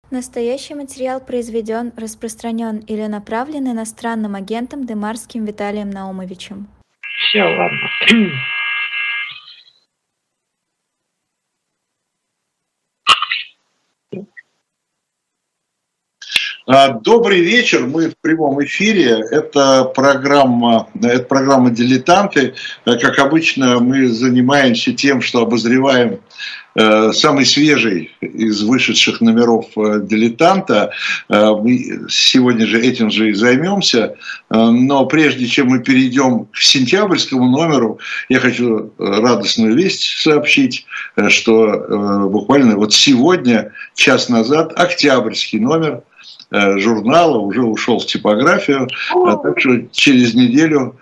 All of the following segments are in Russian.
Настоящий материал произведен, распространен или направлен иностранным агентом Демарским Виталием Наумовичем. Все, ладно. Добрый вечер, мы в прямом эфире, это программа «Дилетанты». Как обычно, мы занимаемся тем, что обозреваем самый свежий из вышедших номеров «Дилетанта». Мы сегодня же этим же и займемся. Но прежде чем мы перейдем к сентябрьскому номеру, я хочу радостную весть сообщить, что буквально вот сегодня, час назад, октябрьский номер журнала уже ушел в типографию, так что через неделю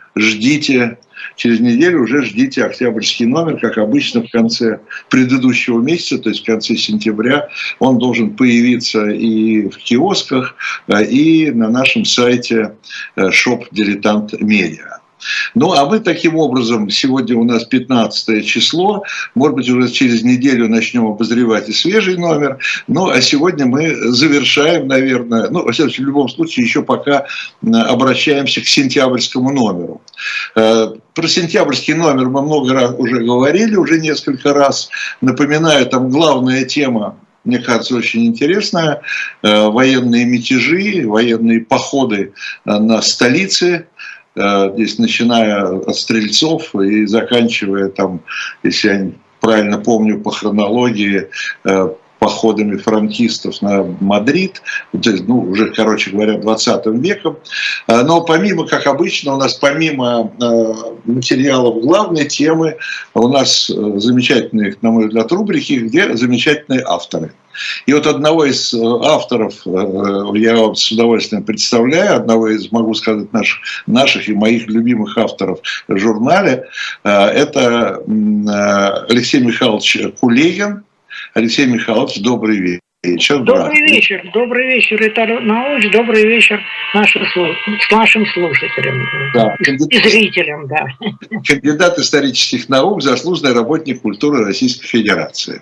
уже ждите октябрьский номер, как обычно в конце предыдущего месяца, то есть в конце сентября, он должен появиться и в киосках, и на нашем сайте Shop Dilettant Media. Ну, а мы таким образом, сегодня у нас 15 число, может быть, уже через неделю начнем обозревать и свежий номер, ну, а сегодня мы завершаем, наверное, ну, в любом случае, еще пока обращаемся к сентябрьскому номеру. Про сентябрьский номер мы много раз уже говорили, уже несколько раз. Напоминаю, там главная тема, мне кажется, очень интересная: военные мятежи, военные походы на столицы. Здесь начиная от Стрельцов и заканчивая там, если я правильно помню по хронологии, походами франкистов на Мадрид, то есть, ну, уже, короче говоря, 20 веком. Но помимо, как обычно, у нас помимо материалов главной темы, у нас замечательные, на мой взгляд, рубрики, где замечательные авторы. И вот одного из авторов я вам с удовольствием представляю, одного из, могу сказать, наших и моих любимых авторов в журнале. Это Алексей Михайлович Кулегин. Алексей Михайлович, добрый вечер. Добрый вечер, Виталий Наумович, добрый вечер нашим слушателям, да, и зрителям. Да. Кандидат исторических наук, заслуженный работник культуры Российской Федерации.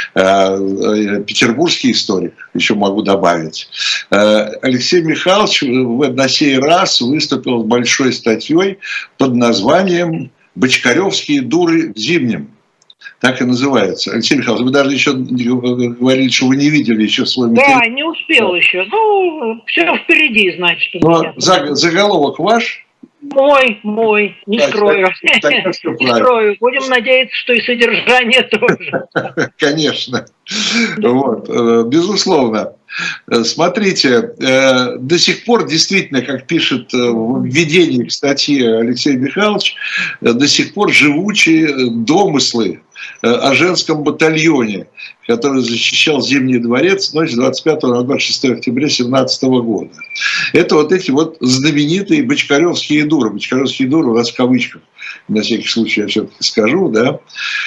Петербургский историк, еще могу добавить. Алексей Михайлович на сей раз выступил с большой статьей под названием «Бочкаревские дуры в Зимнем». Так и называется. Алексей Михайлович, вы даже еще говорили, что вы не видели еще свой материал. Да, не успел еще. Ну, все впереди, значит. Заголовок ваш? Мой, не скрою. Не скрою. Будем надеяться, что и содержание тоже. Конечно. Вот. Безусловно. Смотрите, до сих пор действительно, как пишет в введении к статье Алексей Михайлович, до сих пор живучие домыслы о женском батальоне, который защищал Зимний дворец ночь с 25 на 26 октября 2017 года. Это вот эти вот знаменитые бочкаревские дуры. Бочкаревские дуры у нас в кавычках, на всякий случай я все-таки скажу, да.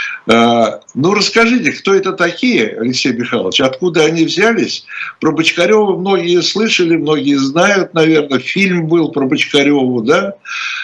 Ну, расскажите, кто это такие, Алексей Михайлович, откуда они взялись? Про Бочкарева многие слышали, многие знают, наверное, фильм был про Бочкареву, да?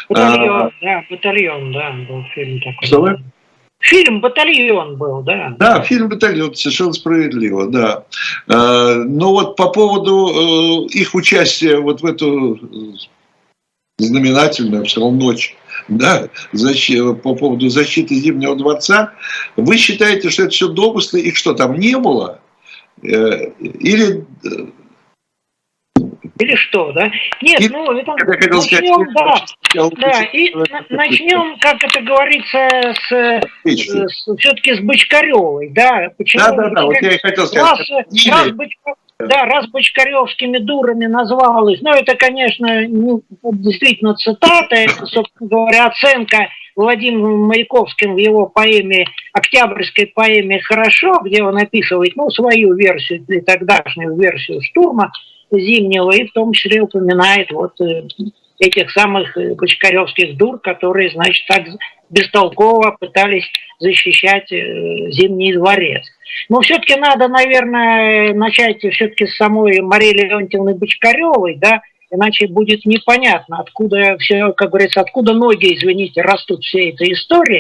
Батальон, да, был фильм такой. Что вы? Фильм «Батальон» был, да. Да, фильм «Батальон», совершенно справедливо, да. Но вот по поводу их участия вот в эту знаменательную, все равно, ночь, да, по поводу защиты Зимнего дворца, вы считаете, что это все домыслы, их что, там не было? Или что, да? Нет, начнем, как это говорится, все-таки с Бочкаревой, да? Почему? Да, вот я и хотел сказать. Раз Бочкаревскими дурами назвалось, ну, это, конечно, действительно цитата, это, собственно говоря, оценка Владимиром Маяковским в его поэме, октябрьской поэме «Хорошо», где он описывает, ну, свою версию, или тогдашнюю версию штурма Зимнего, и в том числе упоминает вот этих самых бочкаревских дур, которые, значит, так бестолково пытались защищать Зимний дворец. Но все-таки надо, наверное, начать все-таки с самой Марии Леонтьевны Бочкаревой, да, иначе будет непонятно, откуда все, как говорится, откуда ноги, извините, растут всей этой истории.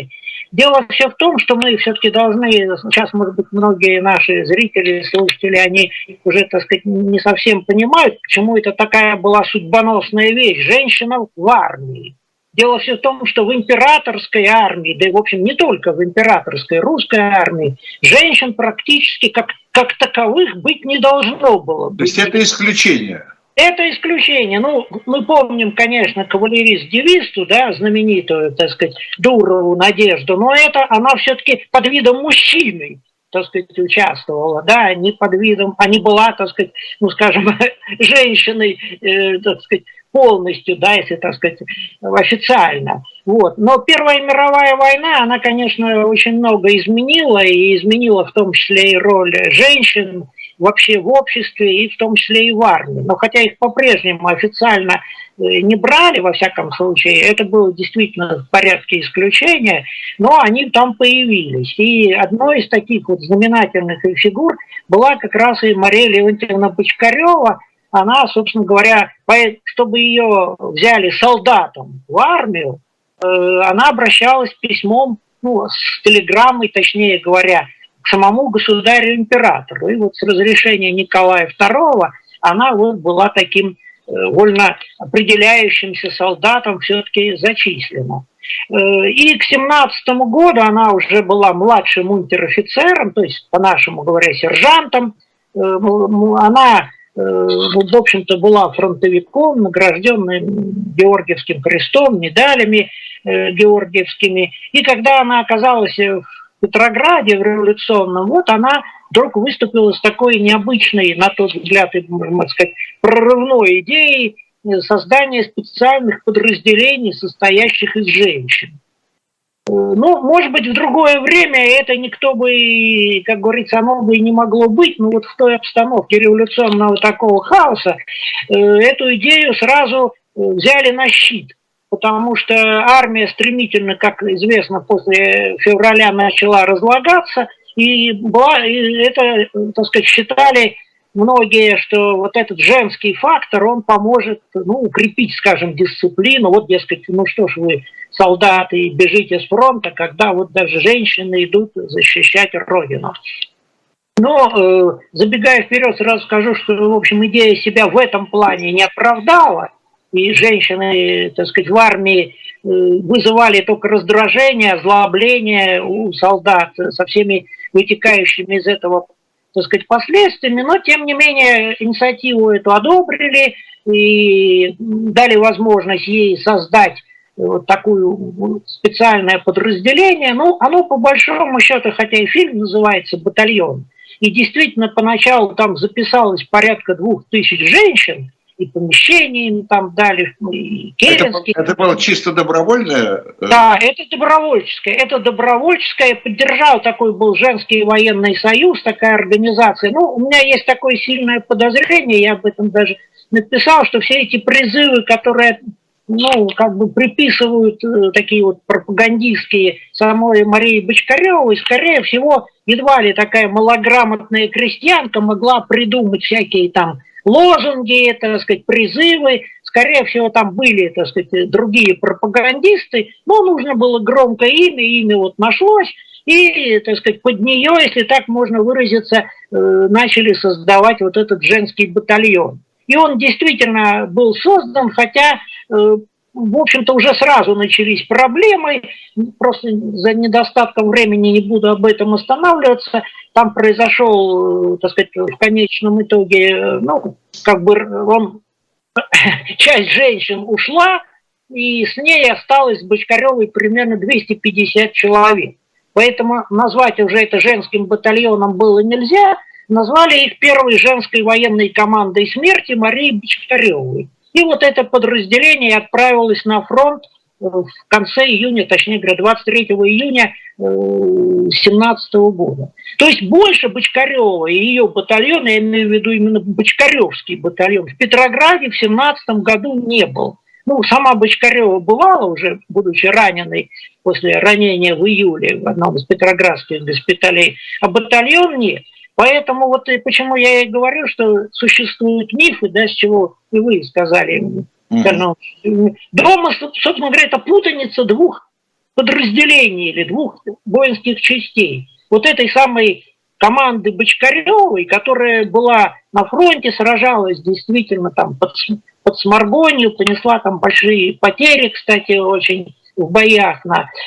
Дело все в том, что мы все-таки должны, сейчас, может быть, многие наши зрители, слушатели, они уже, так сказать, не совсем понимают, почему это такая была судьбоносная вещь. Женщина в армии. Дело все в том, что в императорской армии, да и, в общем, не только в императорской русской армии, женщин практически как таковых быть не должно было. То есть это исключение? Это исключение. Ну, мы помним, конечно, кавалерист-девисту, да, знаменитую, так сказать, Дурову Надежду, но это она все-таки под видом мужчины, так сказать, участвовала, да, не под видом, а не была, так сказать, ну, скажем, женщиной, так сказать, полностью, да, если, так сказать, официально. Вот. Но Первая мировая война, она, конечно, очень много изменила, и изменила в том числе и роль женщин вообще в обществе, и в том числе и в армии. Но хотя их по-прежнему официально не брали, во всяком случае, это было действительно в порядке исключения, но они там появились. И одной из таких вот знаменательных фигур была как раз и Мария Леонтьевна Бочкарева. Она, собственно говоря, чтобы ее взяли солдатом в армию, она обращалась письмом, ну, с телеграммой, точнее говоря, к самому государю-императору. И вот с разрешения Николая II она вот была таким вольно определяющимся солдатом все-таки зачислена. И к 17-му году она уже была младшим унтер-офицером, то есть, по-нашему говоря, сержантом. Она, в общем-то, была фронтовиком, награжденным Георгиевским крестом, медалями георгиевскими. И когда она оказалась в Петрограде, в революционном, вот она вдруг выступила с такой необычной, на тот взгляд, можно сказать, прорывной идеей создания специальных подразделений, состоящих из женщин. Ну, может быть, в другое время это никто бы, как говорится, оно бы и не могло быть, но вот в той обстановке революционного такого хаоса эту идею сразу взяли на щит. Потому что армия стремительно, как известно, после февраля начала разлагаться, и это, так сказать, считали многие, что вот этот женский фактор, он поможет, ну, укрепить, скажем, дисциплину. Вот, дескать, ну что ж вы, солдаты, бежите с фронта, когда вот даже женщины идут защищать Родину. Но, забегая вперед, сразу скажу, что, в общем, идея себя в этом плане не оправдала. И женщины, так сказать, в армии вызывали только раздражение, озлобление у солдат со всеми вытекающими из этого, так сказать, последствиями. Но, тем не менее, инициативу эту одобрили и дали возможность ей создать вот такое специальное подразделение. Ну, оно по большому счету, хотя и фильм называется «Батальон», и действительно поначалу там записалось порядка 2000 женщин, и помещения им там дали, и Керенский. Это было чисто добровольное? Да, это добровольческое. Это добровольческое. Поддержал, такой был женский военный союз, такая организация. Ну, у меня есть такое сильное подозрение, я об этом даже написал, что все эти призывы, которые, ну, как бы приписывают такие вот пропагандистские самой Марии Бочкаревой, скорее всего, едва ли такая малограмотная крестьянка могла придумать всякие там лозунги, так сказать, призывы. Скорее всего, там были, так сказать, другие пропагандисты, но нужно было громкое имя вот нашлось, и, так сказать, под нее, если так можно выразиться, начали создавать вот этот женский батальон. И он действительно был создан, хотя, в общем-то, уже сразу начались проблемы, просто за недостатком времени не буду об этом останавливаться. Там произошел, так сказать, в конечном итоге, ну, как бы часть женщин ушла, и с ней осталось с Бочкаревой примерно 250 человек. Поэтому назвать уже это женским батальоном было нельзя. Назвали их первой женской военной командой смерти Марии Бочкаревой. И вот это подразделение отправилось на фронт в конце июня, точнее говоря, 23 июня 1917 года. То есть больше Бочкарева и ее батальон, я имею в виду именно Бочкаревский батальон, в Петрограде в 1917 году не был. Ну, сама Бочкарева бывала уже, будучи раненой после ранения в июле в одном из петроградских госпиталей, а батальон нет. Поэтому вот и почему я и говорю, что существуют мифы, да, с чего и вы сказали. Дома, собственно говоря, это путаница двух подразделений или 2 воинских частей вот этой самой команды Бочкаревой, которая была на фронте, сражалась действительно там под Сморгонью, понесла там большие потери, кстати, очень в боях.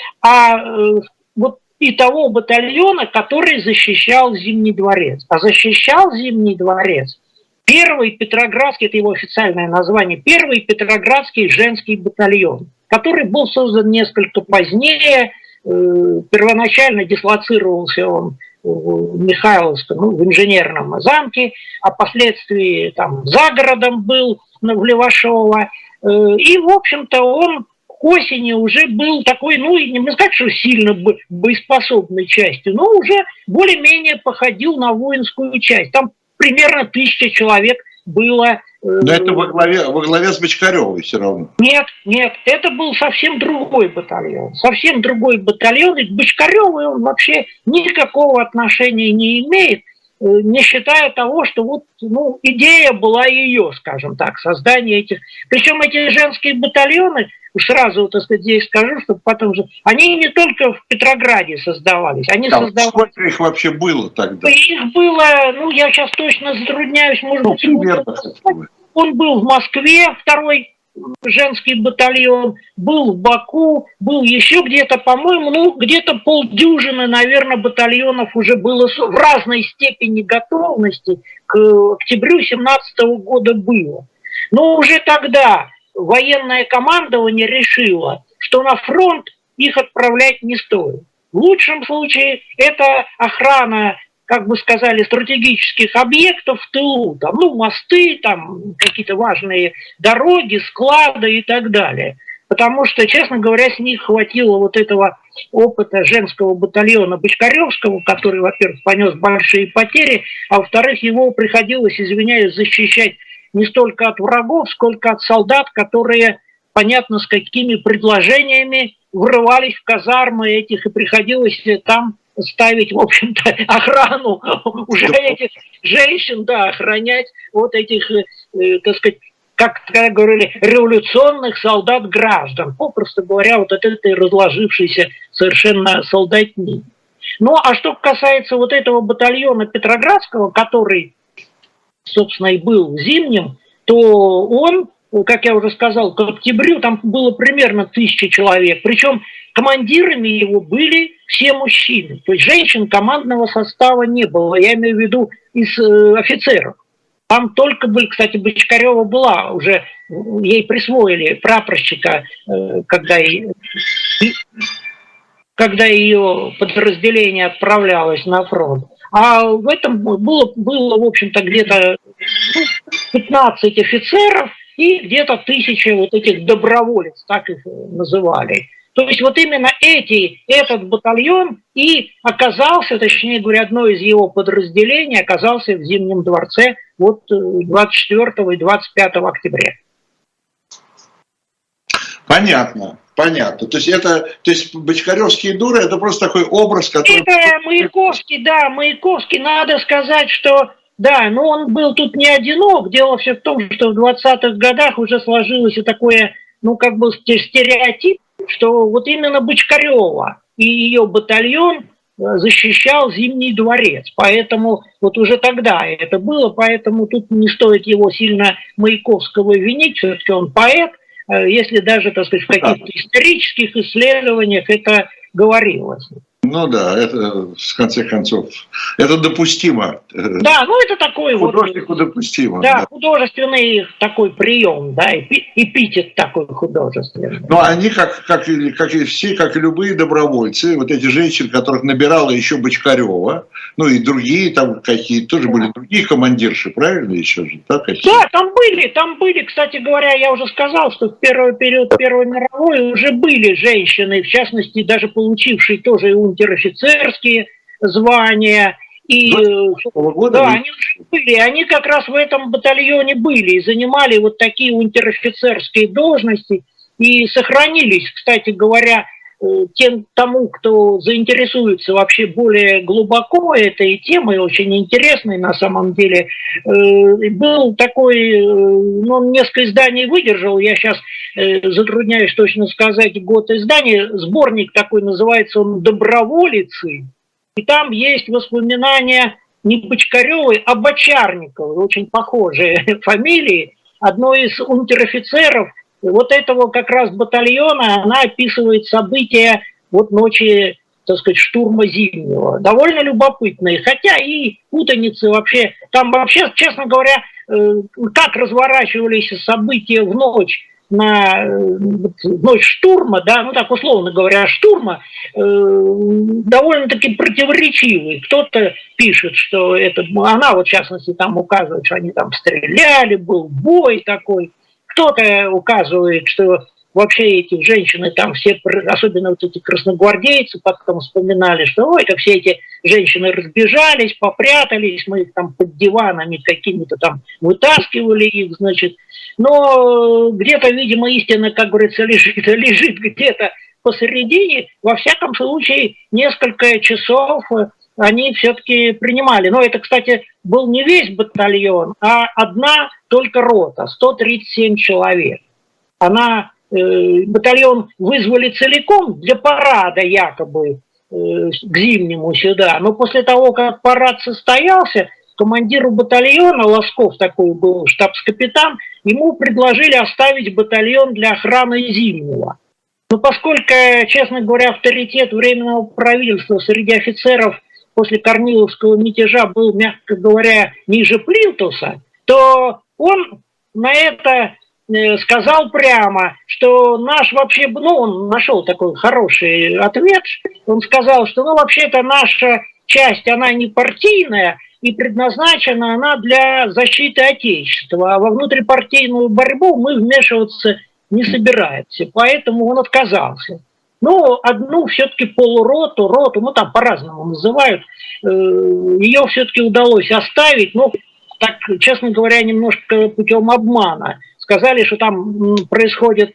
Вот и того батальона, который защищал Зимний дворец. А защищал Зимний дворец Первый Петроградский, это его официальное название, Первый Петроградский женский батальон, который был создан несколько позднее. Первоначально дислоцировался он в Михайловском, в инженерном замке, а впоследствии там за городом был, в Левашово. И, в общем-то, он к осени уже был такой, не сказать, что сильно боеспособной частью, но уже более-менее походил на воинскую часть. Там примерно 1000 человек было. Но это во главе с Бочкаревой все равно. Нет, это был совсем другой батальон. Совсем другой батальон. И к Бочкаревой он вообще никакого отношения не имеет, не считая того, что идея была ее, скажем так, создание этих. Причем эти женские батальоны, сразу, здесь скажу, чтобы потом же, они не только в Петрограде создавались, они создавались. Сколько их вообще было тогда? Их было, я сейчас точно затрудняюсь, может быть, примерно. Он был в Москве, 2-й женский батальон, был в Баку, был еще где-то, по-моему, где-то полдюжины, наверное, батальонов уже было в разной степени готовности к октябрю 2017 года было. Но уже тогда военное командование решило, что на фронт их отправлять не стоит. В лучшем случае это охрана, как бы сказали, стратегических объектов в тылу, там, мосты, там какие-то важные дороги, склады и так далее. Потому что, честно говоря, с них хватило вот этого опыта женского батальона Бочкаревского, который, во-первых, понес большие потери, а во-вторых, его приходилось, извиняюсь, защищать не столько от врагов, сколько от солдат, которые, понятно, с какими предложениями врывались в казармы этих, и приходилось там ставить, в общем-то, охрану уже этих женщин, охранять вот этих, так сказать, как говорили, революционных солдат-граждан, попросту говоря, вот от этой разложившейся совершенно солдатни. А что касается вот этого батальона Петроградского, который, собственно, и был зимним, то он, как я уже сказал, к октябрю там было примерно 1000 человек, причем командирами его были все мужчины, то есть женщин командного состава не было, я имею в виду из офицеров. Там только были, кстати, Бочкарева была, уже ей присвоили прапорщика, когда ее подразделение отправлялось на фронт. А в этом было в общем-то, где-то 15 офицеров и где-то 1000 вот этих доброволец, так их называли. То есть вот именно этот батальон и оказался, точнее говоря, одно из его подразделений оказался в Зимнем дворце 24 и 25 октября. Понятно. То есть Бочкаревские дуры — это просто такой образ, который... Это Маяковский, надо сказать, что он был тут не одинок. Дело все в том, что в 20-х годах уже сложилось и такое, стереотип, что вот именно Бочкарева и ее батальон защищал Зимний дворец. Поэтому вот уже тогда это было, поэтому тут не стоит его сильно Маяковского винить, все-таки он поэт, если даже, так сказать, в каких-то исторических исследованиях это говорилось. Это, в конце концов, это допустимо. Это такой художнику допустимо. Художественный такой прием, эпитет такой художественный. Они, как и все, как и любые добровольцы, вот эти женщины, которых набирала еще Бочкарева, и другие там какие-то, тоже были другие командирши, правильно еще же? Там были, кстати говоря, я уже сказал, что в первый период Первой мировой уже были женщины, в частности, даже получившие тоже и унтер-офицерские звания. И они уже были, они как раз в этом батальоне были и занимали вот такие унтер-офицерские должности и сохранились, кстати говоря, тому, кто заинтересуется вообще более глубоко этой темой, очень интересной на самом деле, был такой, он несколько изданий выдержал, я сейчас затрудняюсь точно сказать год издания, сборник такой называется, он «Доброволицы», и там есть воспоминания не Бочкаревой, а Бочарниковой, очень похожие фамилии, одной из унтер-офицеров вот этого как раз батальона. Она описывает события вот ночи, так сказать, штурма Зимнего. Довольно любопытные, хотя и путаницы вообще. Там вообще, честно говоря, как разворачивались события в ночь, на ночь штурма, да, ну так условно говоря, штурма, довольно-таки противоречивый. Кто-то пишет, что это, она вот в частности там указывает, что они там стреляли, был бой такой. Кто-то указывает, что вообще эти женщины там все, особенно вот эти красногвардейцы, потом вспоминали, что ой, как все эти женщины разбежались, попрятались, мы их там под диванами какими-то там вытаскивали их, значит. Но где-то, видимо, истина, как говорится, лежит где-то посередине. Во всяком случае, несколько часов они все-таки принимали. Но это, кстати, был не весь батальон, а одна только рота, 137 человек. Батальон вызвали целиком для парада якобы к Зимнему сюда. Но после того, как парад состоялся, командиру батальона, Лосков такой был штабс-капитан, ему предложили оставить батальон для охраны Зимнего. Но поскольку, честно говоря, авторитет Временного правительства среди офицеров после Корниловского мятежа был, мягко говоря, ниже плинтуса, то он на это сказал прямо, что наш вообще, ну, он нашел такой хороший ответ, он сказал, что, ну, вообще-то наша часть, она не партийная, и предназначена она для защиты Отечества, а во внутрипартийную борьбу мы вмешиваться не собираемся, поэтому он отказался. Ну, одну все-таки полуроту, ну там по-разному называют, ее все-таки удалось оставить, но, так, честно говоря, немножко путем обмана. Сказали, что там происходит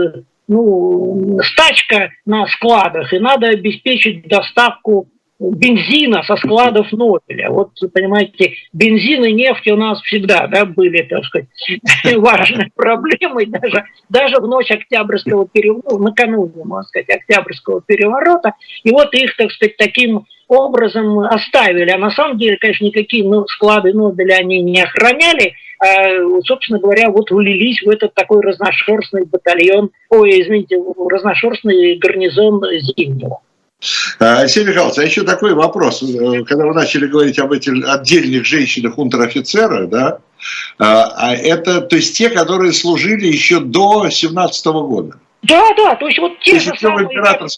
стачка на складах, и надо обеспечить доставку бензина со складов Нобеля. Вот, понимаете, бензин и нефть у нас всегда, да, были, так сказать, важной проблемой, даже в ночь Октябрьского переворота, накануне, можно сказать, Октябрьского переворота, и вот их, так сказать, таким образом оставили. А на самом деле, конечно, никакие склады Нобеля они не охраняли, а, собственно говоря, вот влились в этот такой разношерстный батальон, разношерстный гарнизон Зимнего. Алексей Михайлович, а еще такой вопрос. Когда вы начали говорить об этих отдельных женщинах унтер-офицерах, да, это, то есть те, которые служили еще до 17-го года? Да, то есть вот те же самые,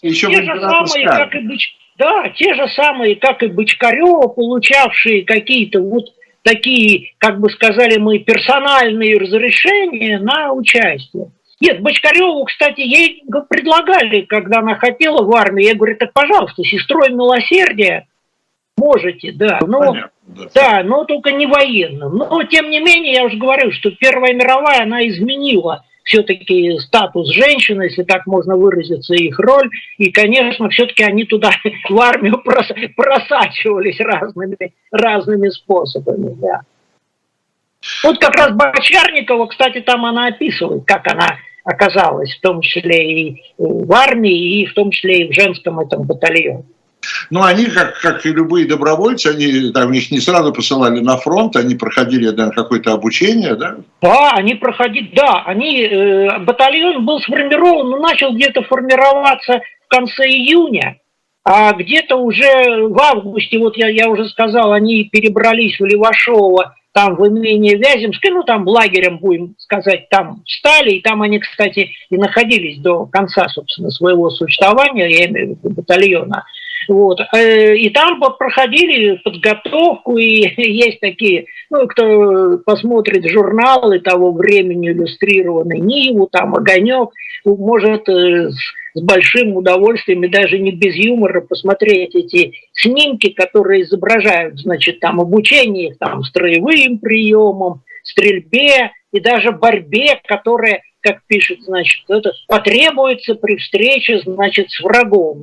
те же самые, как и Бочкарева, получавшие какие-то вот такие, как бы сказали мы, персональные разрешения на участие. Нет, Бочкареву, кстати, ей предлагали, когда она хотела в армию, я говорю, так, пожалуйста, сестрой милосердия можете, да, но только не военным. Но, тем не менее, я уже говорю, что Первая мировая, она изменила все-таки статус женщины, если так можно выразиться, их роль, и, конечно, все-таки они туда, в армию просачивались разными способами, да. Вот как раз Бочарникова, кстати, там она описывает, как она оказалась, в том числе и в армии, и в том числе и в женском этом батальоне. Ну, они, как и любые добровольцы, они там их не сразу посылали на фронт, они проходили, наверное, какое-то обучение, да? Да, они проходили, батальон был сформирован, начал где-то формироваться в конце июня, а где-то уже в августе, вот я уже сказал, они перебрались в Левашово, там в имение Вяземское, там лагерем, будем сказать, там встали, и там они, кстати, и находились до конца, собственно, своего существования, я имею в виду батальона. Вот. И там проходили подготовку, и есть такие, кто посмотрит журналы того времени, иллюстрированный Ниву, там Огонек, может с большим удовольствием и даже не без юмора посмотреть эти снимки, которые изображают, значит, там обучение там строевым приемам, стрельбе и даже борьбе, которая, как пишет, значит, это потребуется при встрече, значит, с врагом.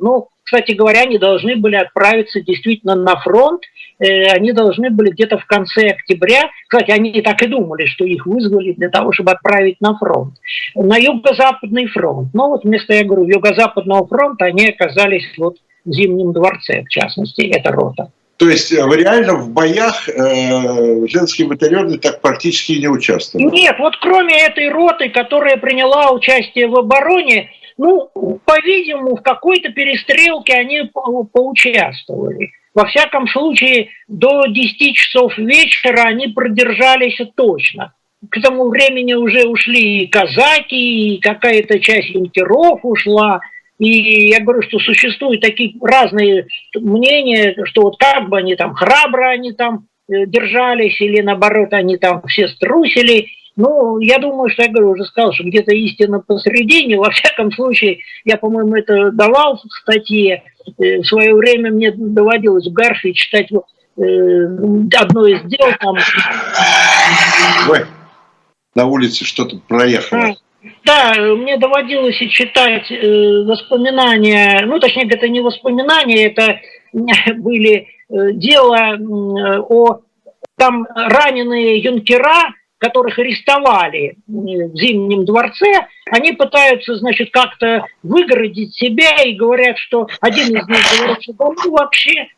кстати говоря, они должны были отправиться действительно на фронт. Они должны были где-то в конце октября, кстати, они так и думали, что их вызвали для того, чтобы отправить на фронт, на Юго-Западный фронт. Но вот вместо, я говорю, Юго-Западного фронта они оказались вот в Зимнем дворце, в частности, эта рота. То есть реально в боях женские батальоны так практически не участвовали? Нет, вот кроме этой роты, которая приняла участие в обороне, ну, по-видимому, в какой-то перестрелке они поучаствовали. Во всяком случае, до 10 часов вечера они продержались точно. К тому времени уже ушли и казаки, и какая-то часть юнкеров ушла. И я говорю, что существуют такие разные мнения, что вот как бы они там, храбро они там держались, или наоборот, они там все струсили. Ну, я думаю, что я говорю, уже сказал, что где-то истина посередине. Во всяком случае, я, по-моему, это давал в статье. В свое время мне доводилось в Гарфе читать одно из дел там. Ой, на улице что-то проехало. Да, мне доводилось и читать воспоминания, ну, точнее, это не воспоминания, это были дела о там раненые юнкера, которых арестовали в Зимнем дворце, они пытаются, значит, как-то выгородить себя и говорят, что один из них говорит, что ну, вообще...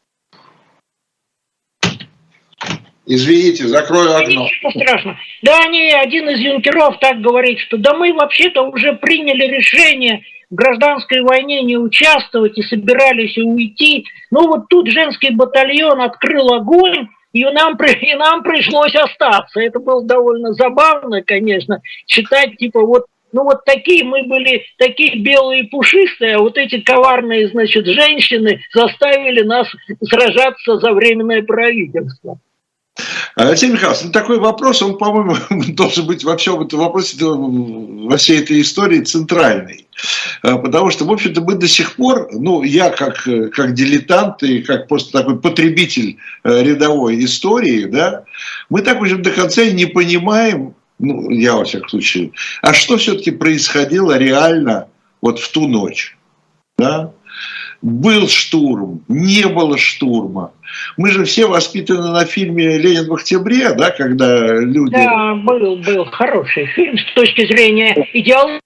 Извините, закрою окно. Ничего страшного. Да, один из юнкеров так говорит, что да мы вообще-то уже приняли решение в гражданской войне не участвовать и собирались уйти. Ну вот тут женский батальон открыл огонь, и нам пришлось остаться. Это было довольно забавно, конечно, читать, типа, вот, ну вот такие мы были, такие белые и пушистые, а вот эти коварные, значит, женщины заставили нас сражаться за временное правительство. Алексей Михайлович, ну такой вопрос, он, по-моему, должен быть во всем этом вопросе, во всей этой истории центральный. Потому что, в общем-то, мы до сих пор, ну, я как дилетант и как просто такой потребитель рядовой истории, да, мы так уже до конца не понимаем, ну, я во всяком случае, а что все-таки происходило реально вот в ту ночь, да? Был штурм, не было штурма. Мы же все воспитаны на фильме «Ленин в октябре», да, когда люди... Да, был хороший фильм с точки зрения идеологии.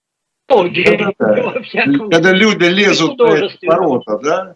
Когда люди лезут на ворота, да?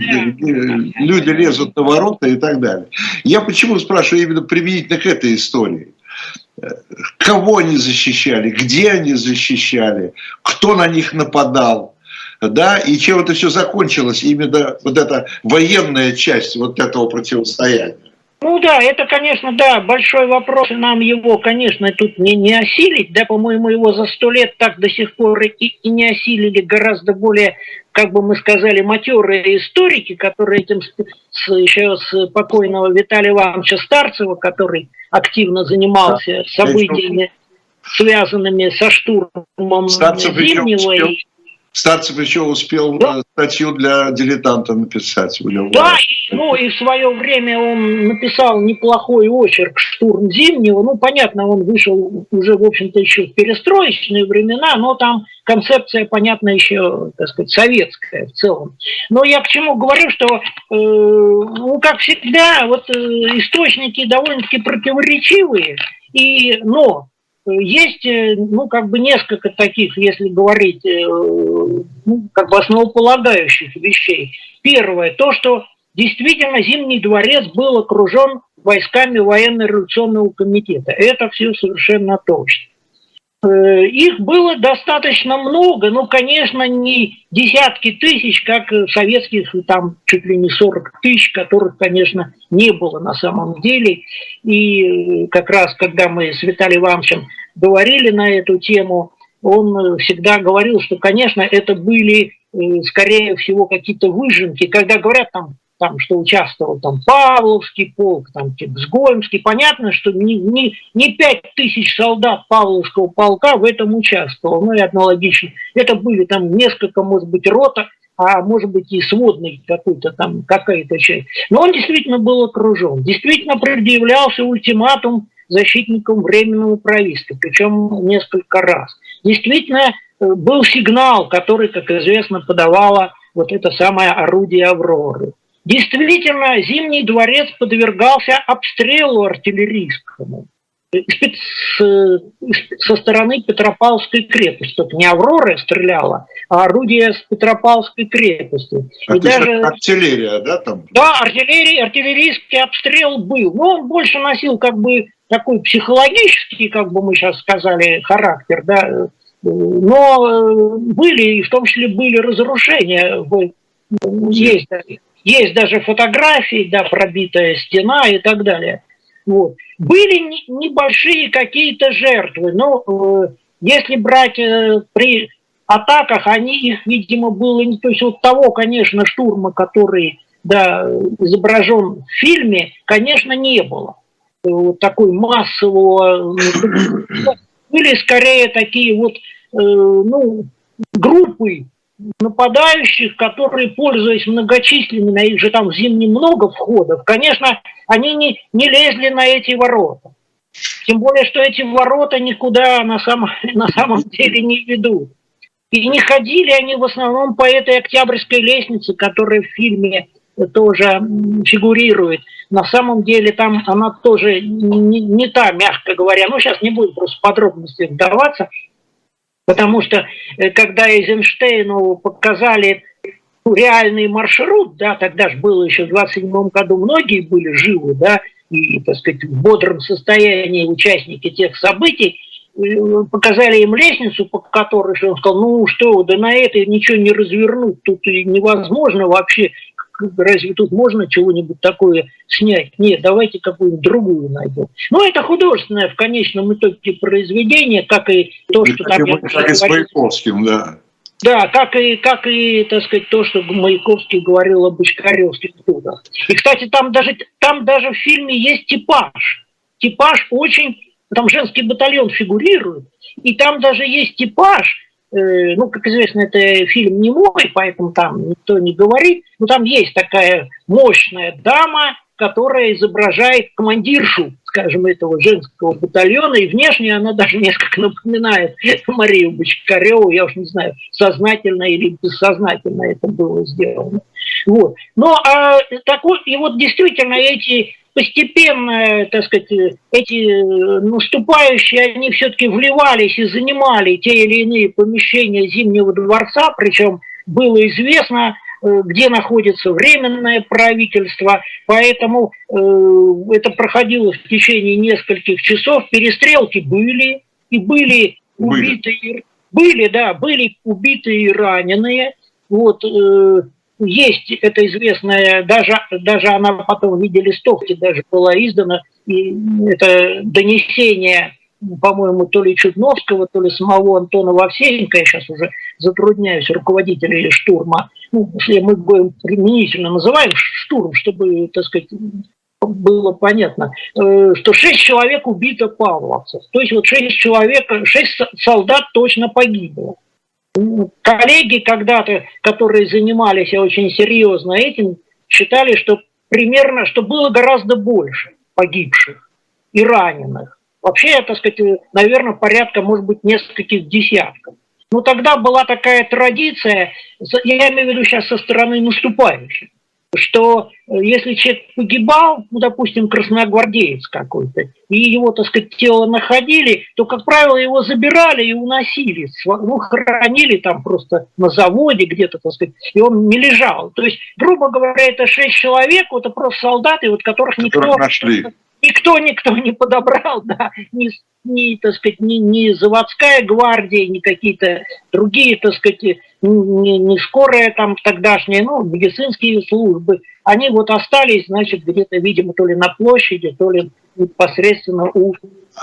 Люди лезут на ворота и так далее. Я почему спрашиваю именно применительно к этой истории? Кого они защищали, где они защищали, кто на них нападал? Да, и чем это все закончилось, именно вот эта военная часть вот этого противостояния? Ну да, это, конечно, да, большой вопрос, и нам его, конечно, тут не осилить, да, по-моему, его за 100 лет так до сих пор и не осилили гораздо более, как бы мы сказали, матерые историки, которые этим еще с покойного Виталия Ивановича Старцева, который активно занимался событиями, связанными со штурмом Зимнего. Старцев еще успел статью для «Дилетанта» написать. Да, ну и в свое время он написал неплохой очерк «Штурм Зимнего». Ну, понятно, он вышел уже, в общем-то, еще в перестроечные времена, но там концепция, понятно, еще, так сказать, советская в целом. Но я к чему говорю, что, ну, как всегда, вот источники довольно-таки противоречивые, но... Есть, ну, как бы несколько таких, если говорить, ну, как бы основополагающих вещей. Первое, то, что действительно Зимний дворец был окружен войсками военно-революционного комитета. Это все совершенно точно. Их было достаточно много, но, конечно, не десятки тысяч, как советских, там чуть ли не 40 тысяч, которых, конечно, не было на самом деле. И как раз, когда мы с Виталием Ивановичем говорили на эту тему, он всегда говорил, что, конечно, это были, скорее всего, какие-то выжимки. Когда говорят там, что участвовал там Павловский полк, там Типсгольмский, понятно, что не 5000 солдат Павловского полка в этом участвовало, ну и аналогично. Это были там несколько, может быть, рота, а может быть и сводный какой-то там, какая-то часть. Но он действительно был окружен. Действительно предъявлялся ультиматум защитникам Временного правительства, причем несколько раз. Действительно был сигнал, который, как известно, подавала вот это самое орудие «Авроры». Действительно, Зимний дворец подвергался обстрелу артиллерийскому со стороны Петропавловской крепости. Только не «Аврора» стреляла, а орудие с Петропавловской крепости. И даже артиллерия, да, там? Да, артиллерийский обстрел был. Но он больше носил как бы такой психологический, как бы мы сейчас сказали, характер, да. Но были, и в том числе были разрушения. Есть даже фотографии, да, пробитая стена и так далее. Вот. Были небольшие какие-то жертвы, но если брать при атаках, их, видимо, было не... То есть вот того, конечно, штурма, который, да, изображен в фильме, конечно, не было. Вот такой массового... Были скорее такие вот, группы нападающих, которые, пользуясь многочисленными, на их же там в зимнем много входов, конечно, они не лезли на эти ворота. Тем более, что эти ворота никуда на самом деле не ведут. И не ходили они в основном по этой Октябрьской лестнице, которая в фильме тоже фигурирует. На самом деле там она тоже не та, мягко говоря. Сейчас не будем просто в подробности вдаваться. Потому что, когда Эйзенштейну показали реальный маршрут, да, тогда же было еще в 27 году, многие были живы, да, и, так сказать, в бодром состоянии участники тех событий, показали им лестницу, по которой он сказал, да на этой ничего не развернуть, тут невозможно вообще, разве тут можно чего-нибудь такое снять? Нет, давайте какую-нибудь другую найдем. Это художественное в конечном итоге произведение, как и то, что там... Как и с Маяковским, да. Да, как и, так сказать, то, что Маяковский говорил об бочкаревских трудах. И, кстати, там даже в фильме есть типаж. Типаж очень... Там женский батальон фигурирует, и там даже есть типаж. Как известно, это фильм не мой, поэтому там никто не говорит. Но там есть такая мощная дама, которая изображает командиршу, скажем, этого женского батальона, и внешне она даже несколько напоминает Марию Бочкареву, я уж не знаю, сознательно или бессознательно это было сделано. Вот. И вот действительно эти постепенно, так сказать, эти наступающие, они все-таки вливались и занимали те или иные помещения Зимнего дворца, причем было известно, где находится временное правительство, поэтому это проходило в течение нескольких часов. Перестрелки были, и были убитые и раненые. Вот, есть это известное, даже она потом в виде листовки даже была издана, и это донесение, по-моему, то ли Чудновского, то ли самого Антона Вовсеенко, я сейчас уже затрудняюсь, руководителей штурма, если мы будем применительно называем штурм, чтобы, так сказать, было понятно, что 6 человек убито павловцев, то есть вот 6 солдат точно погибло. Коллеги когда-то, которые занимались очень серьезно этим, считали, что примерно, что было гораздо больше погибших и раненых. Вообще, так сказать, наверное, порядка, может быть, нескольких десятков. Но тогда была такая традиция, я имею в виду сейчас со стороны наступающих, что если человек погибал, допустим, красногвардеец какой-то, и его, так сказать, тело находили, то, как правило, его забирали и уносили, хоронили там просто на заводе где-то, так сказать, и он не лежал. То есть, грубо говоря, это 6 человек, это просто солдаты, которых никто не подобрал, да, так сказать, ни заводская гвардия, ни какие-то другие, так сказать, не скорая там тогдашняя, медицинские службы, они остались, значит, где-то, видимо, то ли на площади, то ли непосредственно у...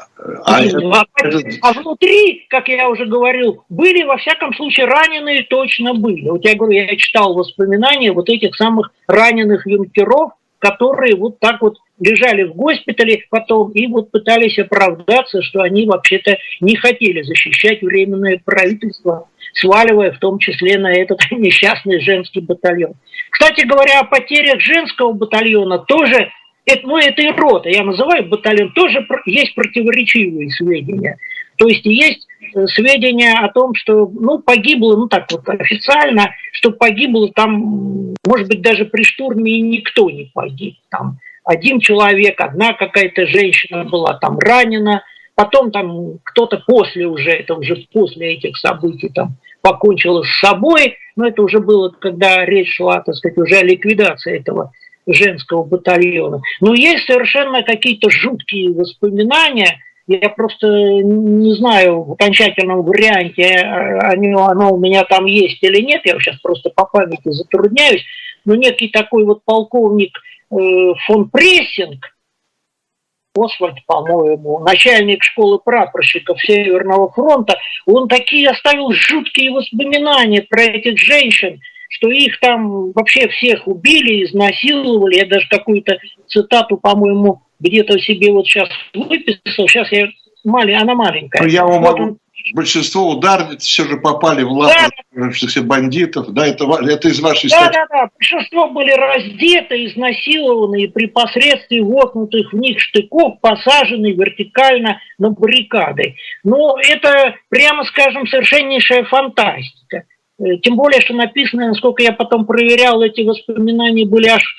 А внутри, как я уже говорил, были, во всяком случае, раненые точно были. Вот я говорю, я читал воспоминания этих самых раненых юнкеров, которые вот так вот лежали в госпитале потом и пытались оправдаться, что они вообще-то не хотели защищать временное правительство, сваливая в том числе на этот несчастный женский батальон. Кстати говоря, о потерях женского батальона тоже, это и рота, я называю батальон, тоже есть противоречивые сведения. То есть есть сведения о том, что, ну, погибло, ну, так вот официально, что погибло там, может быть, даже при штурме и никто не погиб. Там один человек, одна какая-то женщина была там ранена, потом там кто-то после уже, это уже после этих событий там покончил с собой, но это уже было, когда речь шла, так сказать, уже о ликвидации этого женского батальона. Но есть совершенно какие-то жуткие воспоминания, я просто не знаю в окончательном варианте, оно у меня там есть или нет, я сейчас просто по памяти затрудняюсь, но некий такой вот полковник фон Прессинг, Освальд, по-моему, начальник школы прапорщиков Северного фронта, он такие оставил жуткие воспоминания про этих женщин, что их там вообще всех убили, изнасиловали. Я даже какую-то цитату, по-моему, где-то себе вот сейчас выписал. Сейчас она маленькая. Ну, я вам вот могу... Большинство ударниц все же попали в лапы бандитов. Да, это из вашей статьи. Да. Большинство были раздеты, изнасилованы и при посредстве воткнутых в них штыков посажены вертикально на баррикады. Но это, прямо скажем, совершеннейшая фантастика. Тем более, что написано, насколько я потом проверял, эти воспоминания были аж в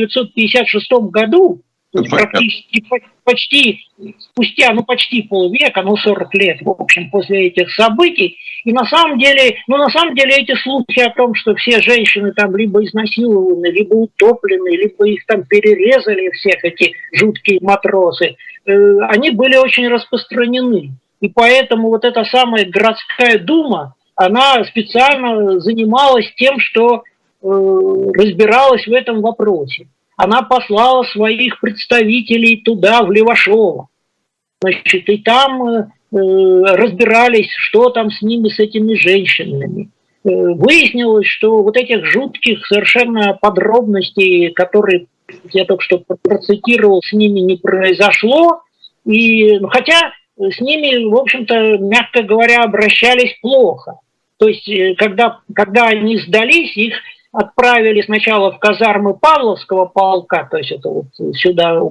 1956 году. То есть практически почти спустя, почти полвека, 40 лет, в общем, после этих событий. И на самом деле эти слухи о том, что все женщины там либо изнасилованы, либо утоплены, либо их там перерезали, всех эти жуткие матросы, они были очень распространены. И поэтому вот эта самая городская дума, она специально занималась тем, что разбиралась в этом вопросе. Она послала своих представителей туда, в Левашово. Значит, и там разбирались, что там с ними, с этими женщинами. Выяснилось, что вот этих жутких совершенно подробностей, которые я только что процитировал, с ними не произошло. И, хотя с ними, в общем-то, мягко говоря, обращались плохо. То есть, когда они сдались, их отправили сначала в казармы Павловского полка, то есть это вот сюда,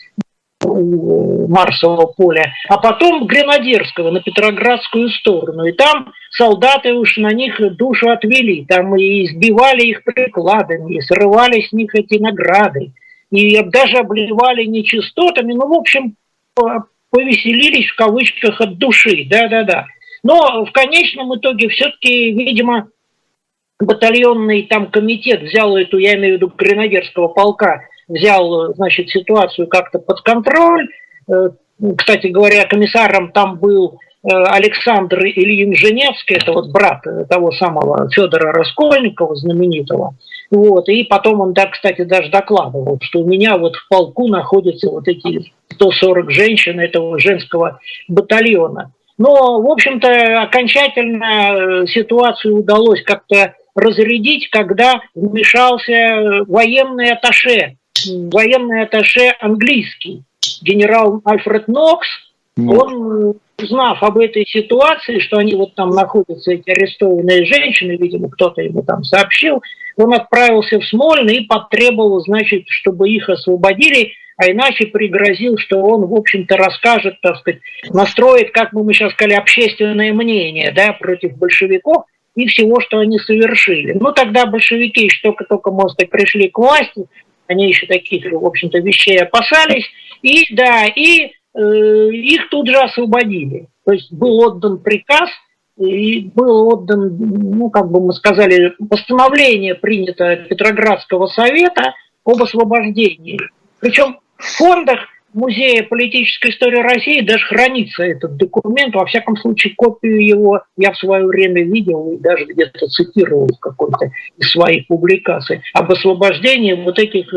у Марсового поля, а потом в Гренадерского, на Петроградскую сторону. И там солдаты уж на них душу отвели, там и избивали их прикладами, и срывали с них эти награды, и даже обливали нечистотами, в общем, повеселились в кавычках от души, да. Но в конечном итоге все-таки, видимо, батальонный там комитет взял эту, я имею в виду Гренадерского полка, взял, значит, ситуацию как-то под контроль. Кстати говоря, комиссаром там был Александр Ильин Женевский, это вот брат того самого Федора Раскольникова, знаменитого. Вот, и потом он, да, кстати, даже докладывал, что у меня вот в полку находятся вот эти 140 женщин этого женского батальона. Но, в общем-то, окончательно ситуацию удалось как-то разрядить, когда вмешался военный атташе английский, генерал Альфред Нокс. Он, узнав об этой ситуации, что они вот там находятся, эти арестованные женщины, видимо, кто-то ему там сообщил, он отправился в Смольный и потребовал, значит, чтобы их освободили, а иначе пригрозил, что он, в общем-то, расскажет, так сказать, настроит, как бы мы сейчас сказали, общественное мнение, да, против большевиков и всего, что они совершили. Ну, тогда большевики еще только-только, может быть, пришли к власти, они еще таких, в общем-то, вещей опасались, и, да, их тут же освободили. То есть был отдан приказ, и был отдан, ну, как бы мы сказали, постановление принято Петроградского совета об освобождении. Причем в фондах Музея политической истории России даже хранится этот документ. Во всяком случае, копию его я в свое время видел и даже где-то цитировал в какой-то из своих публикаций об освобождении вот этих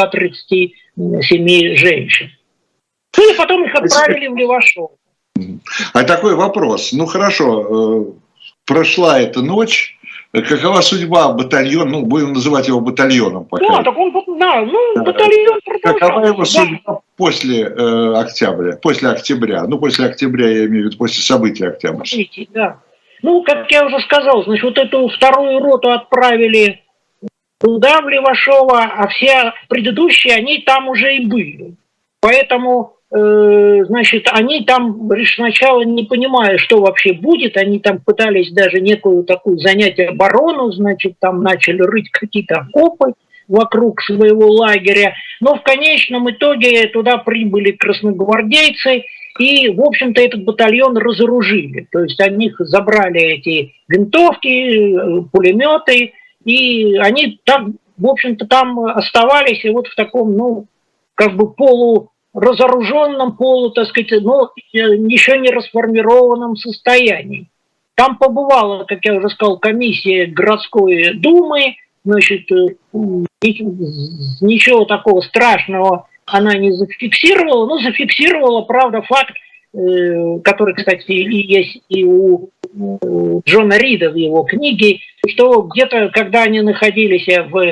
137 женщин. Ну и потом их отправили в Левашово. А такой вопрос. Ну хорошо, прошла эта ночь. Какова судьба батальона, будем называть его батальоном пока. Да, так он, батальон продолжал. Какова его судьба после октября, после октября, после октября, я имею в виду, после событий октября. Да. Ну, как я уже сказал, значит, вот эту вторую роту отправили туда, в Левашово, а все предыдущие, они там уже и были. Поэтому значит, они там сначала не понимая, что вообще будет, они там пытались даже некую такую занять оборону, значит, там начали рыть какие-то окопы вокруг своего лагеря, но в конечном итоге туда прибыли красногвардейцы, и, в общем-то, этот батальон разоружили. То есть они забрали эти винтовки, пулеметы, и они там, в общем-то, там оставались и вот в таком, ну, как бы полуразоруженном, так сказать, но еще не расформированном состоянии. Там побывала, как я уже сказал, комиссия городской думы, значит, ничего такого страшного она не зафиксировала, но зафиксировала, правда, факт, который, кстати, и есть и у Джона Рида в его книге, что где-то, когда они находились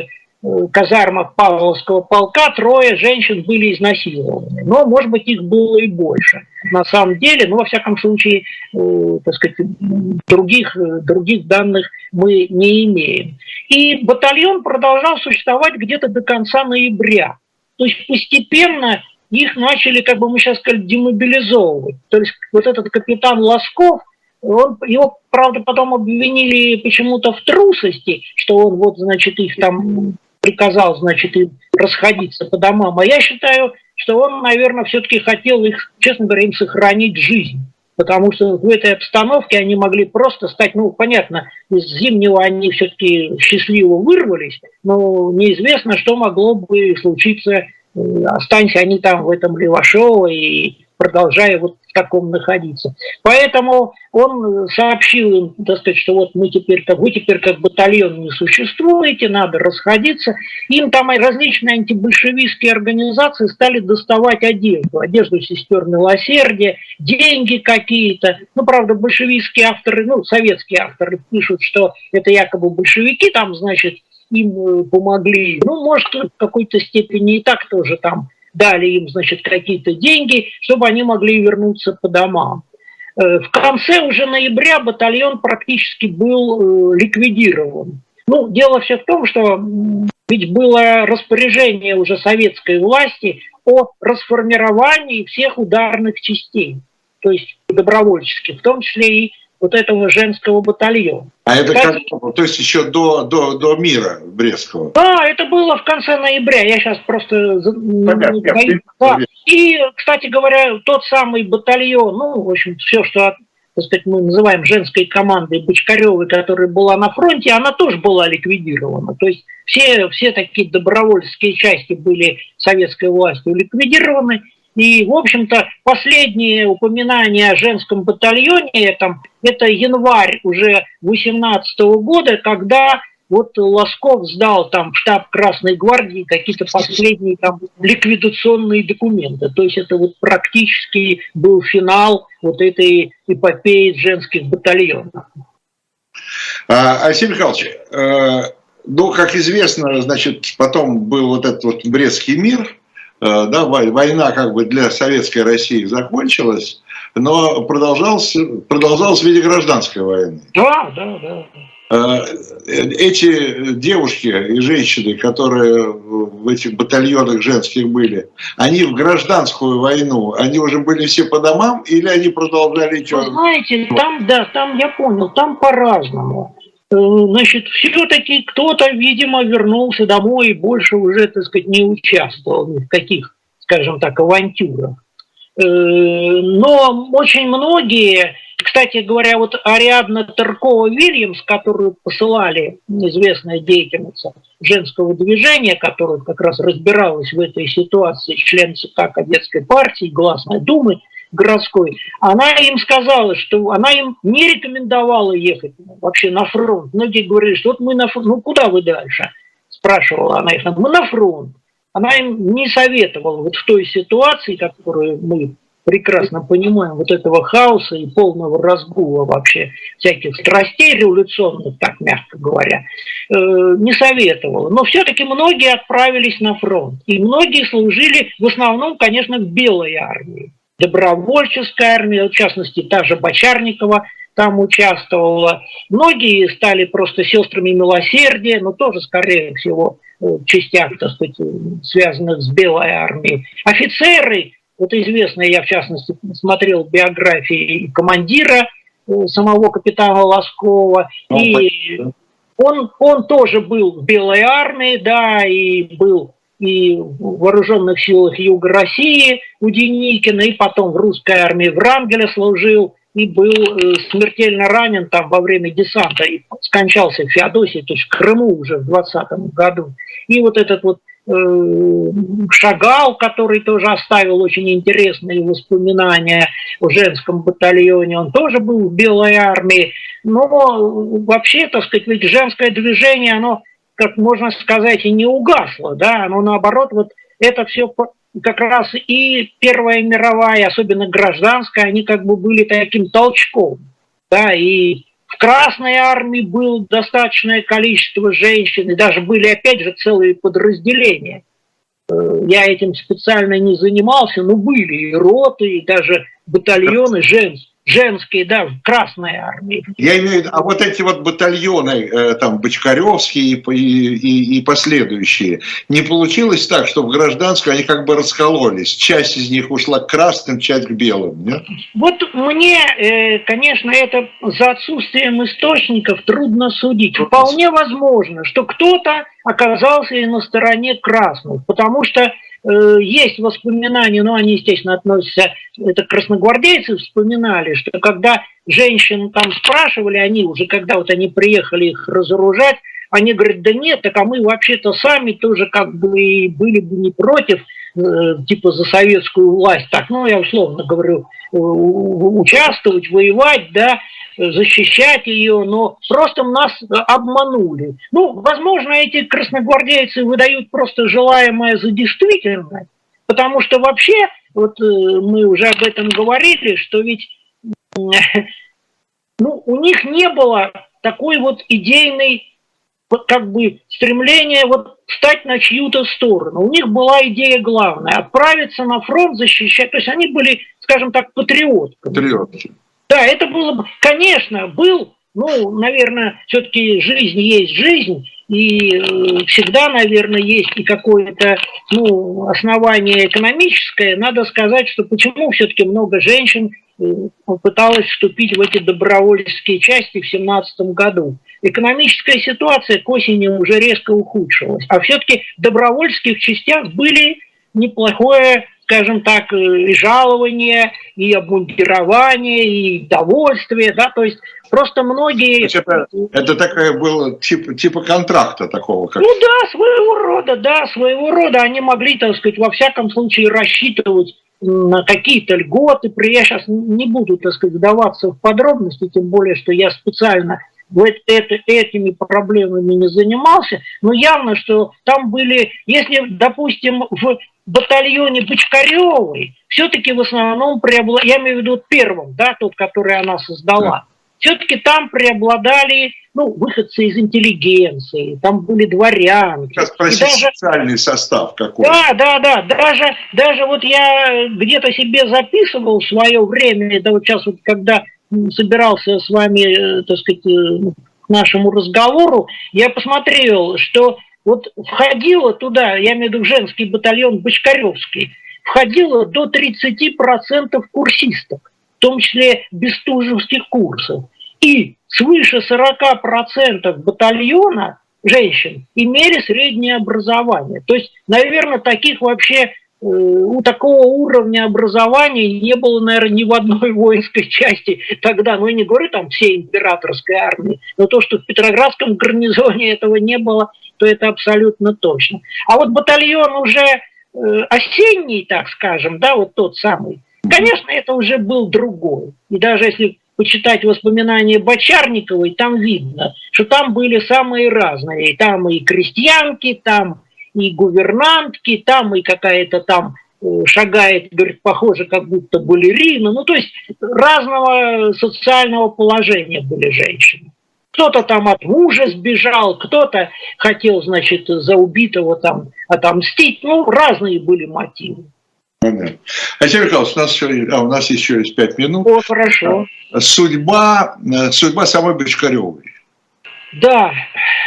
в казармах Павловского полка, 3 женщин были изнасилованы. Но, может быть, их было и больше. На самом деле, ну, во всяком случае, так сказать, других данных мы не имеем. И батальон продолжал существовать где-то до конца ноября. То есть постепенно их начали, как бы мы сейчас сказали, демобилизовывать. То есть вот этот капитан Лосков, его, правда, потом обвинили почему-то в трусости, что он вот, значит, их там приказал, значит, им расходиться по домам. А я считаю, что он, наверное, все-таки хотел их, честно говоря, им сохранить жизнь. Потому что в этой обстановке они могли просто стать, ну, понятно, из Зимнего они все-таки счастливо вырвались, но неизвестно, что могло бы случиться, останься они там в этом Левашово и продолжая вот в таком находиться. Поэтому он сообщил им, так сказать, что вот вы теперь как батальон не существуете, надо расходиться. Им там и различные антибольшевистские организации стали доставать одежду сестер милосердия, деньги какие-то. Ну, правда, большевистские авторы, ну, советские авторы пишут, что это якобы большевики там, значит, им помогли. Ну, может, в какой-то степени и так тоже там дали им, значит, какие-то деньги, чтобы они могли вернуться по домам. В конце уже ноября батальон практически был ликвидирован. Ну, дело все в том, что ведь было распоряжение уже советской власти о расформировании всех ударных частей, то есть добровольческих, в том числе и вот этого женского батальона. А это как, то есть еще до мира Брестского? Да, это было в конце ноября. Я сейчас просто... Да. И, кстати говоря, тот самый батальон, ну, в общем, все, что, так сказать, мы называем женской командой Бочкаревой, которая была на фронте, она тоже была ликвидирована. То есть все такие добровольческие части были советской властью ликвидированы. И, в общем-то, последнее упоминание о женском батальоне это январь уже 2018 года, когда вот Лосков сдал там в штаб Красной Гвардии какие-то последние там ликвидационные документы. То есть это вот практически был финал вот этой эпопеи женских батальонов. Алексей Михайлович, ну, как известно, значит, потом был вот этот вот Брестский мир. Да, война как бы для советской России закончилась, но продолжалась в виде гражданской войны. Да. Эти девушки и женщины, которые в этих батальонах женских были, они в гражданскую войну, они уже были все по домам или они продолжали? Вы знаете, там я понял, там по-разному. Значит, все-таки кто-то, видимо, вернулся домой и больше уже, так сказать, не участвовал ни в каких, скажем так, авантюрах. Но очень многие, кстати говоря, вот Ариадна Таркова-Вильямс, которую посылали, известная деятельница женского движения, которая как раз разбиралась в этой ситуации, член ЦК Кадетской партии, Гласной Думы городской, она им сказала, что она им не рекомендовала ехать вообще на фронт. Многие говорили, что вот мы на фронт, ну куда вы дальше? Спрашивала она их, мы на фронт. Она им не советовала вот в той ситуации, которую мы прекрасно понимаем, вот этого хаоса и полного разгула вообще всяких страстей революционных, так мягко говоря, не советовала. Но все-таки многие отправились на фронт. И многие служили в основном, конечно, в белой армии. Добровольческая армия, в частности, та же Бочарникова там участвовала. Многие стали просто сестрами милосердия, но тоже, скорее всего, в частях, так сказать, связанных с белой армией. Офицеры вот известно, я в частности смотрел биографии командира самого капитана Лоскова, и он тоже был в Белой армии, да, и был и в вооруженных силах Юга России у Деникина, и потом в русской армии Врангеля служил, и был смертельно ранен там во время десанта, и скончался в Феодосии, то есть в Крыму уже в 2020 году. И вот этот вот Шагал, который тоже оставил очень интересные воспоминания о женском батальоне, он тоже был в Белой армии. Но вообще, так сказать, ведь женское движение, оно, как можно сказать, и не угасло, да, оно наоборот, вот это все как раз и Первая мировая, особенно гражданская, они как бы были таким толчком, да, и в Красной армии было достаточное количество женщин, и даже были, опять же, целые подразделения. Я этим специально не занимался, но были и роты, и даже батальоны женские, да, в Красной армии. Я имею в виду, а вот эти вот батальоны, там, Бочкаревские и последующие, не получилось так, что в гражданской они как бы раскололись? Часть из них ушла к красным, часть к белым, нет? Вот мне, конечно, это за отсутствием источников трудно судить. Вполне возможно, что кто-то оказался и на стороне красных, потому что есть воспоминания, но они, естественно, относятся, это красногвардейцы вспоминали, что когда женщин там спрашивали, они уже, когда вот они приехали их разоружать, они говорят, да нет, так а мы вообще-то сами тоже как бы были бы не против, типа за советскую власть, так, ну, я условно говорю, участвовать, воевать, да, защищать ее, но просто нас обманули. Ну, возможно, эти красногвардейцы выдают просто желаемое за действительное, потому что вообще, вот мы уже об этом говорили, что ведь ну, у них не было такой вот идейной как бы стремления вот встать на чью-то сторону. У них была идея главная – отправиться на фронт, защищать. То есть они были, скажем так, патриотками. Патриотки. Да, это было бы, конечно, был, ну, наверное, все-таки жизнь есть жизнь, и всегда, наверное, есть и какое-то, ну, основание экономическое. Надо сказать, что почему все-таки много женщин попыталась вступить в эти добровольческие части в 2017 году. Экономическая ситуация к осени уже резко ухудшилась, а все-таки в добровольческих частях были неплохое, скажем так, и жалование, и обмундирование, и довольствие, да, то есть просто многие... Это такое было типа контракта такого? Как... Ну да, своего рода они могли, так сказать, во всяком случае рассчитывать на какие-то льготы. Я сейчас не буду, так сказать, вдаваться в подробности, тем более, что я специально этими проблемами не занимался, но явно, что там были, если, допустим, в батальоне Бочкаревой, все-таки в основном преобладали, я имею в виду первым, да, тот, который она создала, все-таки там преобладали, ну, выходцы из интеллигенции, там были дворянки. Сейчас спросить социальный состав какой. Да, даже вот я где-то себе записывал в свое время, да вот сейчас вот когда собирался с вами, так сказать, к нашему разговору, я посмотрел, что вот входило туда, я имею в виду женский батальон Бочкаревский, входило до 30% курсисток, в том числе бестужевских курсов. И свыше 40% батальона женщин имели среднее образование. То есть, наверное, таких вообще у такого уровня образования не было, наверное, ни в одной воинской части тогда. Ну, я не говорю там всей императорской армии, но то, что в Петроградском гарнизоне этого не было, то это абсолютно точно. А вот батальон уже осенний, так скажем, да, вот тот самый, конечно, это уже был другой. И даже если почитать воспоминания Бочарниковой, там видно, что там были самые разные. И там и крестьянки, там и гувернантки, там и какая-то там шагает, говорит, похоже, как будто балерина. Ну, то есть разного социального положения были женщины. Кто-то там от мужа сбежал, кто-то хотел, значит, за убитого там отомстить. Ну, разные были мотивы. Алексей Михайлович, у нас еще есть 5 минут. О, хорошо. Судьба самой Бочкаревой. Да.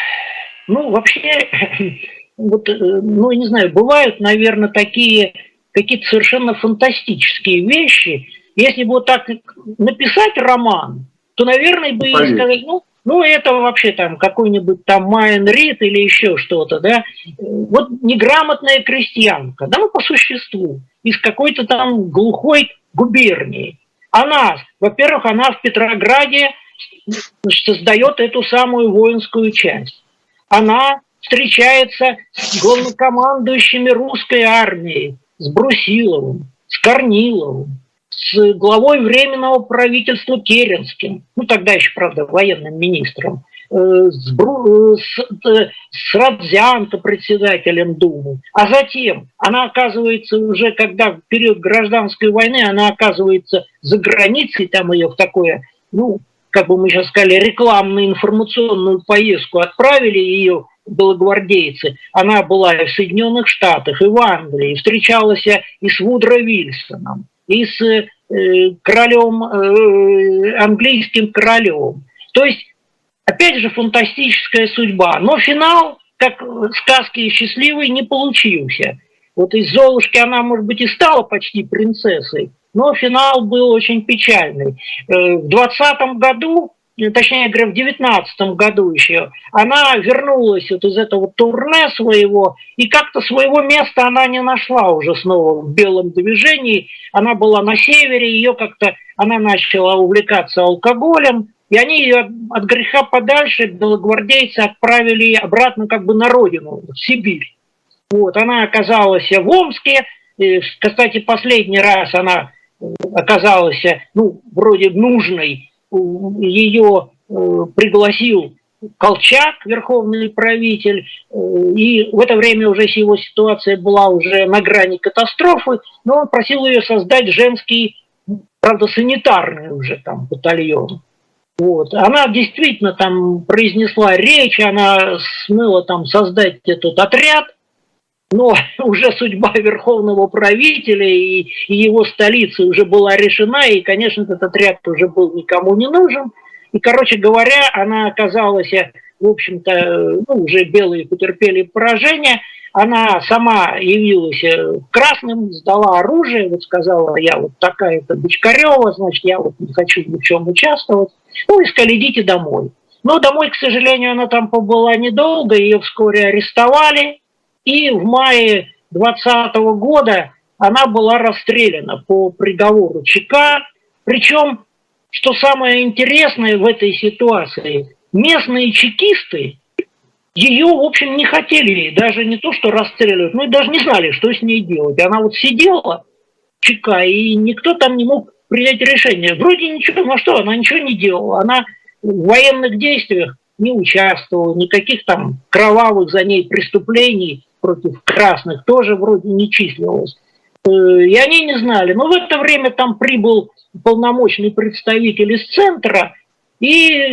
Ну, вообще, вот, ну, не знаю, бывают, наверное, такие какие-то совершенно фантастические вещи. Если бы вот так написать роман, то, наверное, бы и сказать, ну, это вообще там какой-нибудь там Майн Рид или еще что-то, да. Вот неграмотная крестьянка, да, ну, по существу, из какой-то там глухой губернии. Она, во-первых, она в Петрограде создает эту самую воинскую часть. Она встречается с главнокомандующими русской армией, с Брусиловым, с Корниловым, с главой Временного правительства Керенским, ну тогда еще, правда, военным министром, с Родзянко, председателем Думы. А затем она оказывается уже, когда в период гражданской войны, она оказывается за границей, там ее в такое, ну, как бы мы сейчас сказали, рекламно-информационную поездку отправили ее белогвардейцы. Она была и в Соединенных Штатах, и в Англии, встречалась и с Вудро Вильсоном, и с королем, английским королем. То есть, опять же, фантастическая судьба. Но финал, как в сказке «Счастливый», не получился. Вот из Золушки она, может быть, и стала почти принцессой, но финал был очень печальный. В 2020 году, точнее говоря, в 2019 году еще, она вернулась вот из этого турне своего, и как-то своего места она не нашла уже снова в белом движении. Она была на севере, ее как-то, она начала увлекаться алкоголем, и они ее от греха подальше, белогвардейцы, отправили обратно как бы на родину, в Сибирь. Вот, она оказалась в Омске, и, кстати, последний раз она оказалась, ну, вроде нужной, ее пригласил Колчак, верховный правитель, и в это время уже его ситуация была уже на грани катастрофы, но он просил ее создать женский, правда, санитарный уже там батальон. Вот. Она действительно там произнесла речь, она смыла там создать этот отряд, но уже судьба верховного правителя и его столицы уже была решена, и, конечно, этот отряд уже был никому не нужен. И, короче говоря, она оказалась, в общем-то, ну, уже белые потерпели поражение. Она сама явилась красным, сдала оружие, вот сказала, я вот такая-то Бочкарева, значит, я вот не хочу ни в чем участвовать. Ну, и сказали, идите домой. Но домой, к сожалению, она там побыла недолго, ее вскоре арестовали. И в мае 2020 года она была расстреляна по приговору ЧК. Причем, что самое интересное в этой ситуации, местные чекисты ее, в общем, не хотели, даже не то, что расстреливать, но и даже не знали, что с ней делать. Она вот сидела, ЧК, и никто там не мог принять решение. Вроде ничего, ну что, она ничего не делала. Она в военных действиях не участвовала, никаких там кровавых за ней преступлений против красных тоже вроде не числилось. И они не знали. Но в это время там прибыл полномочный представитель из центра, и,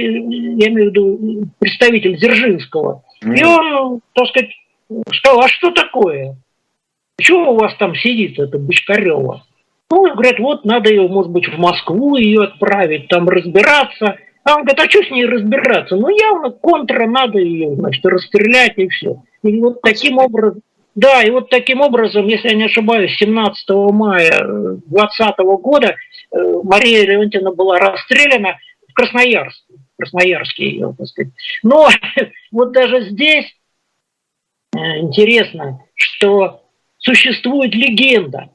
я имею в виду, представитель Дзержинского. И он, так сказать, сказал, а что такое? Чего у вас там сидит, эта Бочкарева? Ну, говорят, вот надо ее, может быть, в Москву ее отправить, там разбираться. А он говорит, а что с ней разбираться? Ну, явно контра, надо ее, значит, расстрелять и все. И вот таким образом, да, и вот таким образом, если я не ошибаюсь, 17 мая 2020 года Мария Леонтьевна была расстреляна в Красноярске ее, так сказать. Но вот даже здесь интересно, что существует легенда,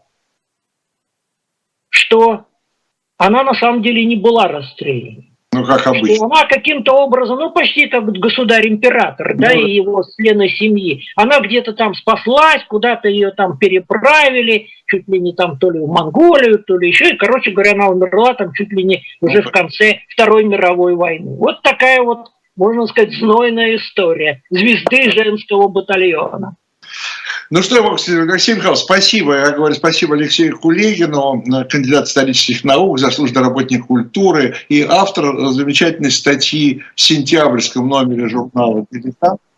что она на самом деле не была расстреляна. Ну, как обычно. Что она каким-то образом, ну, почти как государь-император, да, и его члены семьи. Она где-то там спаслась, куда-то ее там переправили, чуть ли не там то ли в Монголию, то ли еще. И, короче говоря, она умерла там чуть ли не уже в конце Второй мировой войны. Вот такая вот, можно сказать, знойная история звезды женского батальона. Ну что, Алексей Михайлович, спасибо. Я говорю спасибо Алексею Кулегину, кандидат исторических наук, заслуженный работник культуры и автор замечательной статьи в сентябрьском номере журнала «Дилетант».